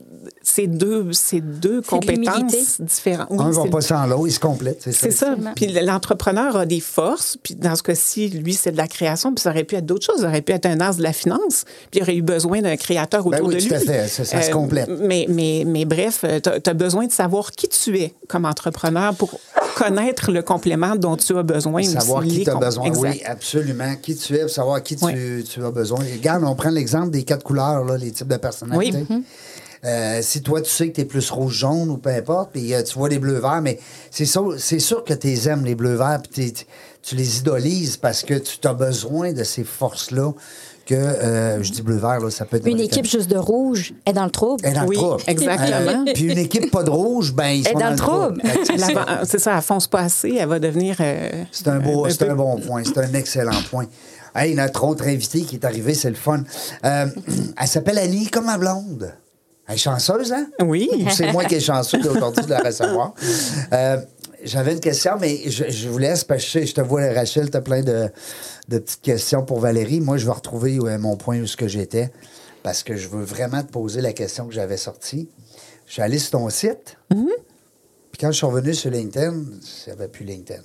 c'est deux, c'est deux c'est compétences différentes.
Oui, un ne va pas sans l'autre, ils se complètent. C'est,
c'est ça. ça. Puis l'entrepreneur a des forces, puis dans ce cas-ci, lui, c'est de la création, puis ça aurait pu être d'autres choses. Ça aurait pu être un as de la finance, puis il aurait eu besoin d'un créateur autour
ben oui,
de
lui.
Tout
à fait, ça, ça euh, se complète.
Mais, mais, mais bref, tu as besoin de savoir qui tu es comme entrepreneur pour connaître le complément dont tu as besoin.
Savoir
aussi,
qui tu as besoin,
exact.
Oui, absolument. Qui tu es, savoir qui
oui.
tu, tu as besoin. Regarde, on prend l'exemple des quatre couleurs, là, les types de personnalités.
Oui.
Euh, si toi, tu sais que tu es plus rouge-jaune ou peu importe, puis euh, tu vois les bleus-verts, mais c'est sûr, c'est sûr que tu les aimes, les bleus-verts, puis tu les idolises parce que tu as besoin de ces forces-là. Que, euh, je dis bleu-vert, là, ça peut être...
Une équipe juste de rouge est dans le trouble.
Elle est dans
oui,
le trouble.
Exactement.
Euh, puis une équipe pas de rouge, ben ils sont
dans, dans le trouble. trouble.
C'est, ça. c'est ça, elle fonce pas assez, elle va devenir... Euh,
c'est un, beau,
un,
c'est
peu...
un bon point, c'est un excellent point. Hey, notre autre invitée qui est arrivée, c'est le fun. Euh, elle s'appelle Annie, comme ma blonde. Elle est chanceuse, hein?
Oui.
C'est moi qui est chanceux d'aujourd'hui de la recevoir. Euh, J'avais une question, mais je, je vous laisse parce que je te vois, Rachel, tu as plein de, de petites questions pour Valérie. Moi, je vais retrouver ouais, mon point où ce que j'étais parce que je veux vraiment te poser la question que j'avais sortie. Je suis allé sur ton site.
Mm-hmm.
Puis quand je suis revenu sur LinkedIn, il n'y avait plus LinkedIn.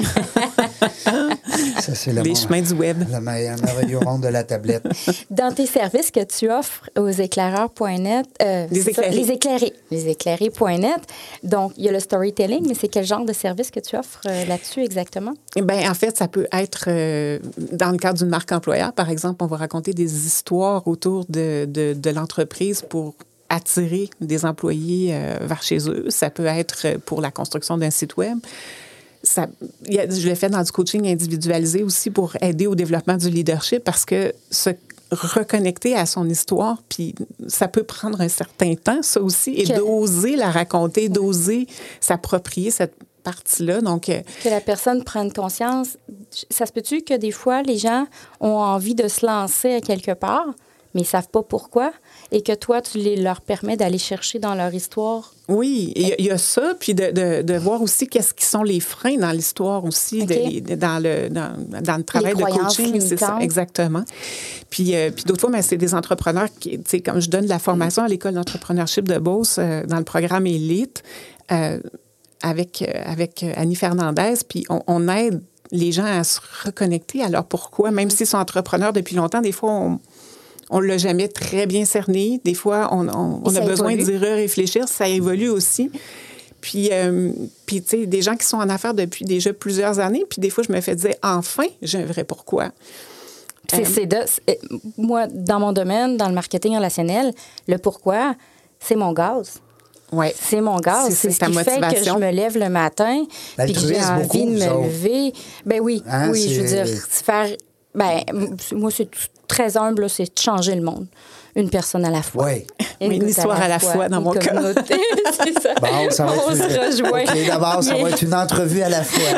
Ça, c'est le
Les
monde,
chemins du web.
Le merveilleux monde de la tablette.
Dans tes services que tu offres aux éclaireurs point net, euh,
les éclairés.
Ça, les éclairés. Les éclairés point net. Donc, il y a le storytelling, mais c'est quel genre de service que tu offres euh, là-dessus exactement?
Bien, en fait, ça peut être euh, dans le cadre d'une marque employeur. Par exemple, on va raconter des histoires autour de, de, de l'entreprise pour attirer des employés euh, vers chez eux. Ça peut être pour la construction d'un site web. Ça, y a, je l'ai fait dans du coaching individualisé aussi pour aider au développement du leadership parce que se reconnecter à son histoire, puis ça peut prendre un certain temps, ça aussi, et que... d'oser la raconter, d'oser s'approprier cette partie-là. Donc, euh...
que la personne prenne conscience. Ça se peut-tu que des fois, les gens ont envie de se lancer à quelque part, mais ils ne savent pas pourquoi, et que toi, tu les, leur permets d'aller chercher dans leur histoire.
Oui, il y, y a ça, puis de, de, de voir aussi qu'est-ce qui sont les freins dans l'histoire aussi,
Okay.
de, de, dans, le, dans, dans le travail
Les
de
croyances
coaching. C'est ça,
limitantes.
exactement. Puis, euh, puis d'autres fois, ben, c'est des entrepreneurs qui, tu sais, comme je donne de la formation à l'École d'entrepreneurship de Beauce euh, dans le programme Élite euh, avec, euh, avec Annie Fernandez, puis on, on aide les gens à se reconnecter à leur pourquoi, même s'ils sont entrepreneurs depuis longtemps, des fois, on on ne l'a jamais très bien cerné. Des fois, on, on, on a besoin
évolue.
d'y réfléchir. Ça évolue aussi. Puis, euh, puis tu sais, des gens qui sont en affaires depuis déjà plusieurs années, puis des fois, je me fais dire, enfin, j'ai un vrai pourquoi.
C'est,
Euh,
c'est de, c'est- moi, dans mon domaine, dans le marketing relationnel, le pourquoi, c'est mon gaz.
Ouais.
C'est mon gaz.
C'est-
C'est,
c'est
ce
ta
qui fait que je
motivation.
me lève le matin puis que j'ai
L'altruisme
envie
beaucoup,
de
vous
me
autres.
lever. Ben oui,
Hein,
oui, je veux
c'est-
dire, faire... Ben, m- moi, c'est tout- très humble, là, c'est de changer le monde. Une personne à la fois.
Oui.
Oui, une
goutte
histoire à la fois, dans
une
mon cas.
communauté. C'est ça.
Bon, ça va
On
être
se rejoint.
OK, d'abord, ça va
Mais-
être une entrevue à la fois.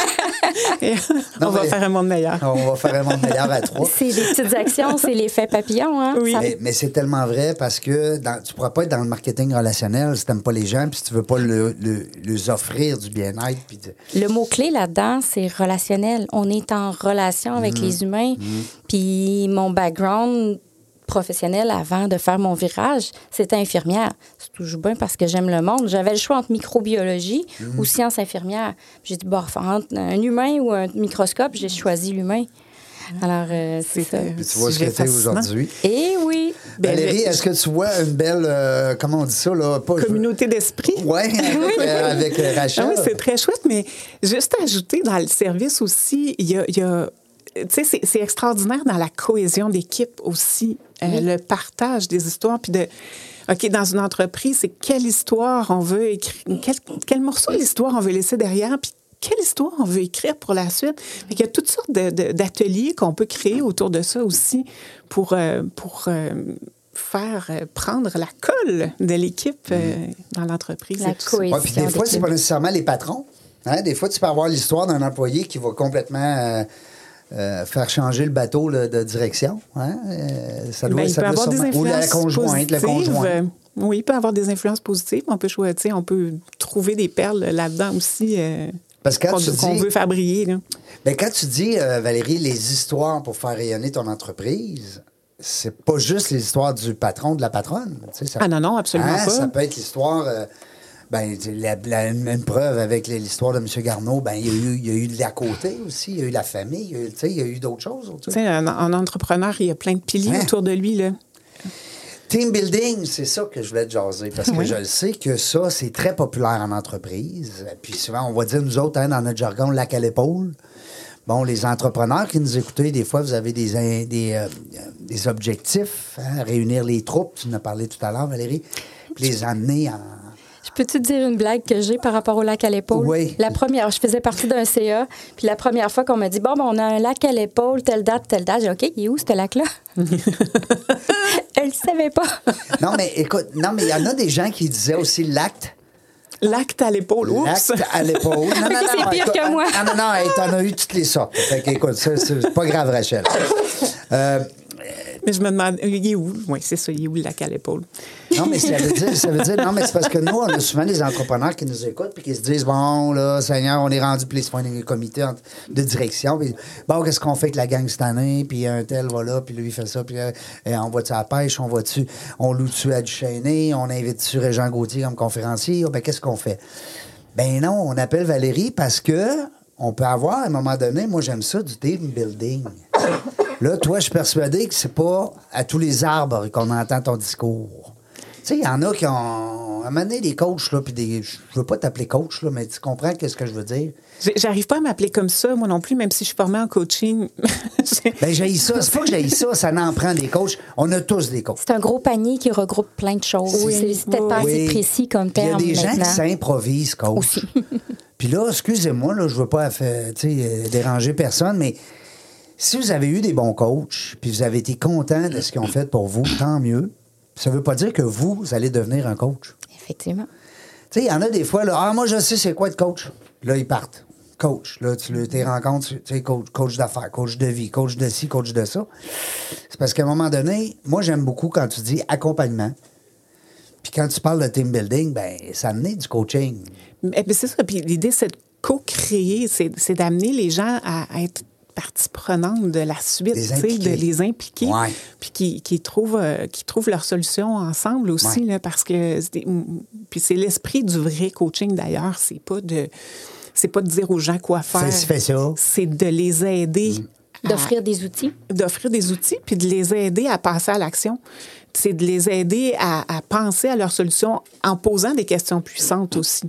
Et
Non,
on va
mais-
faire un monde meilleur.
On va faire un monde meilleur à trois.
C'est des petites actions, c'est l'effet papillon. Hein?
Oui.
Ça-
Mais, mais c'est tellement vrai parce que dans, tu ne pourras pas être dans le marketing relationnel si tu n'aimes pas les gens puis si tu ne veux pas le, le- leur offrir du bien-être. Puis de-
Le mot-clé là-dedans, c'est relationnel. On est en relation avec
Mm.
les humains. Puis mon background professionnel avant de faire mon virage, c'était infirmière. C'est toujours bien parce que j'aime le monde. J'avais le choix entre microbiologie
Mm.
ou sciences infirmières. J'ai dit, bon, entre un humain ou un microscope, j'ai choisi l'humain. Alors, euh, c'est ça.
puis tu vois ce
sujet
que tu es
fascinant.
aujourd'hui.
Et oui.
Ben,
Valérie,
le-
est-ce que tu vois une belle, euh, comment on dit ça, là? Pas, je-
Communauté d'esprit.
Ouais, avec, euh, avec euh, Rachel.
Ah oui, c'est très chouette, mais juste ajouter dans le service aussi, il y a. il y a- tu sais, c'est, c'est extraordinaire dans la cohésion d'équipe aussi, euh, le partage des histoires, puis de. OK, dans une entreprise, c'est quelle histoire on veut écrire, quel, quel morceau d'histoire on veut laisser derrière, puis quelle histoire on veut écrire pour la suite. Fait qu'il y a toutes sortes de, de- d'ateliers qu'on peut créer autour de ça aussi pour, euh, pour euh, faire euh, prendre la colle de l'équipe euh, dans l'entreprise.
La
et tout ça.
cohésion.
Ouais, puis des fois, c'est pas nécessairement les patrons. Hein? Des fois, tu peux avoir l'histoire d'un employé qui va complètement euh, euh, faire changer le bateau là, de direction. Hein? Euh, ça doit,
Ben, il
ça
peut
doit
avoir des
sûrement- Ou la
influences
conjointe, le
positives.
conjoint.
Euh, oui, il peut avoir des influences positives. On peut choisir, on peut trouver des perles là-dedans aussi euh,
Parce que quand
qu'on,
tu
qu'on
dis-
veut faire briller. Là.
Ben, quand tu dis, euh, Valérie, les histoires pour faire rayonner ton entreprise, c'est pas juste les histoires du patron, de la patronne. Tu sais, ça,
Ah non, non, absolument
Hein,
pas.
Ça peut être l'histoire... euh, ben, la, la- une, une preuve avec l'histoire de M. Garneau, ben, il y a eu, il y a eu de l'à côté aussi, il y a eu la famille, il y a eu, tu sais, il y a eu d'autres choses autour.
Tu sais, un, un entrepreneur, il y a plein de piliers
Hein?
autour de lui. Là.
Team building, c'est ça que je voulais te jaser, parce que
Oui.
je le sais que ça, c'est très populaire en entreprise. Puis souvent, on va dire, nous autres, hein, dans notre jargon, le lac à l'épaule. Bon, les entrepreneurs qui nous écoutez, des fois, vous avez des, in- des, euh, des objectifs, hein, réunir les troupes, tu en as parlé tout à l'heure, Valérie, puis les amener en...
Je peux-tu te dire une blague que j'ai par rapport au lac à l'épaule?
Oui.
La première, je faisais partie d'un C A, puis la première fois qu'on m'a dit, bon, ben, on a un lac à l'épaule, telle date, telle date, j'ai dit, OK, il est où ce lac-là? Elle ne savait pas.
Non, mais écoute, non, mais il y en a des gens qui disaient aussi l'acte.
L'acte à l'épaule. Oups!
L'acte à l'épaule. Non, non,
Ok, c'est
non,
pire
écoute,
que moi.
Non, non, non, hey, t'en as eu toutes les sortes. Fait que, écoute, ça, c'est pas grave, Rachel. Euh,
Mais je me demande, il est où? Oui, c'est ça, il est où le lac à l'épaule?
non, mais ça veut dire, ça veut dire, non, mais c'est parce que nous, on a souvent des entrepreneurs qui nous écoutent puis qui se disent, bon, là, Seigneur, on est rendu, puis ils se font un comité en- de direction. Puis, bon, qu'est-ce qu'on fait avec la gang cette année? Puis un tel va là, puis lui, il fait ça, puis euh, on va-tu à la pêche? On va-tu, on loue-tu à Duchesnay? On invite-tu Régent Gauthier comme conférencier? Ben, qu'est-ce qu'on fait? Ben non, on appelle Valérie parce que on peut avoir, à un moment donné, moi, j'aime ça, du team building. Là, toi, je suis persuadé que c'est pas à tous les arbres qu'on entend ton discours. Tu sais, il y en a qui ont amené des coachs, là, puis des. Je veux pas t'appeler coach, là, mais tu comprends qu'est-ce que je veux dire?
J'ai- J'arrive pas à m'appeler comme ça, moi non plus, même si je suis formée en coaching. J'ai-
Ben, j'ai ça. C'est pas que j'ai ça, ça n'en prend des coachs. On a tous des coachs.
C'est un gros panier qui regroupe plein de choses.
Oui.
C'est c'est peut-être pas assez
Oui.
précis comme
Puis
terme
il y a des gens
maintenant.
qui s'improvisent coach.
Aussi.
Puis là, excusez-moi, là, je veux pas faire, tu sais, euh, déranger personne, mais si vous avez eu des bons coachs, puis vous avez été content de ce qu'ils ont fait pour vous, tant mieux. Ça veut pas dire que vous, vous allez devenir un coach.
Effectivement.
Tu sais, il y en a des fois, là, ah, moi, je sais c'est quoi être coach. Là, ils partent. coach. Là, tu le- tes rencontres, tu sais, coach, coach d'affaires, coach de vie, coach de ci, coach de ça. C'est parce qu'à un moment donné, moi, j'aime beaucoup quand tu dis accompagnement. Puis quand tu parles de team building, ben ça amenait du coaching.
Eh bien, c'est ça. Puis l'idée, c'est de co-créer, c'est, c'est d'amener les gens à, à être partie prenante de la suite,
Les
tu sais,
impliquer.
de les impliquer,
Ouais.
puis qu'ils qui trouvent, euh, qu'ils trouvent leur solution ensemble aussi,
Ouais.
là, parce que c'est des- puis c'est l'esprit du vrai coaching d'ailleurs, c'est pas de c'est pas de dire aux gens quoi faire,
Fais ci, fais ça.
c'est de les aider, à-
D'offrir des outils.
d'offrir des outils, puis de les aider à passer à l'action. C'est de les aider à, à penser à leur solution en posant des questions puissantes aussi.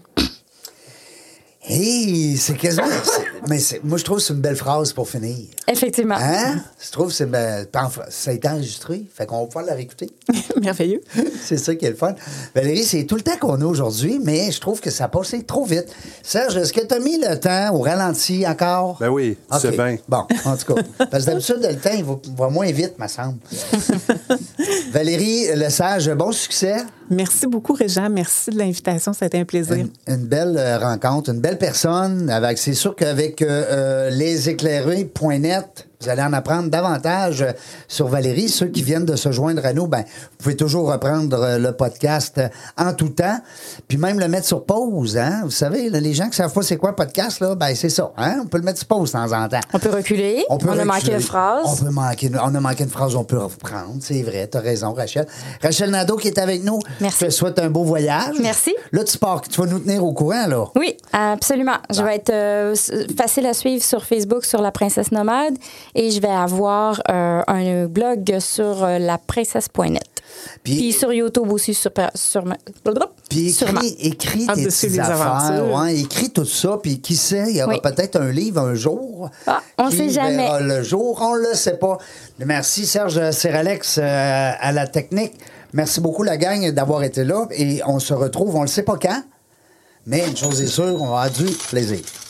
Hey, c'est quasiment. c'est- Mais c'est- moi, je trouve que c'est une belle phrase pour finir.
Effectivement.
Hein? Je trouve que c'est. ben, enfin, ça a été enregistré. Fait qu'on va pouvoir la réécouter.
Merveilleux.
C'est ça qui est le fun. Valérie, c'est tout le temps qu'on a aujourd'hui, mais je trouve que ça a passé trop vite. Serge, est-ce que tu as mis le temps au ralenti encore?
Ben oui,
OK.
c'est bien.
Bon, en tout cas. Parce que d'habitude, le temps, il va, va moins vite, me semble. Valérie Lesage, bon succès.
Merci beaucoup, Régent. Merci de l'invitation. Ça a été un plaisir.
Une, une belle euh, rencontre, une belle personne. Avec, c'est sûr qu'avec euh, euh, les éclairés point net, vous allez en apprendre davantage euh, sur Valérie. Ceux qui viennent de se joindre à nous, ben, vous pouvez toujours reprendre euh, le podcast euh, en tout temps, puis même le mettre sur pause. Hein? Vous savez, là, les gens qui ne savent pas c'est quoi un podcast, là, ben, c'est ça. Hein? On peut le mettre sur pause de temps en temps.
On peut reculer. On,
peut
a manqué
reculer.
une phrase.
On, peut manquer, on a manqué une phrase, on peut reprendre. C'est vrai, tu as raison, Rachel. Rachel Nadeau qui est avec nous.
Merci.
Je te souhaite un beau voyage.
Merci.
Là, tu pars, tu vas nous tenir au courant, là.
Oui, absolument. Je vais être euh, s- facile à suivre sur Facebook sur La Princesse Nomade et je vais avoir euh, un blog sur euh, la princesse point net.
Puis-
Puis, sur YouTube aussi, sur, sur,
Puis
sûrement.
écris, écris
Ah,
tes
dessus
petites
les
affaires,
aventures.
ouais, écris tout ça, puis qui sait, il y aura
Oui.
peut-être un livre un jour.
Ah, on
qui
sait jamais.
verra le jour, on le sait pas. Merci Serge Seralex euh, à la technique. Merci beaucoup la gang d'avoir été là et on se retrouve, on le sait pas quand, mais une chose est sûre, on va avoir du plaisir.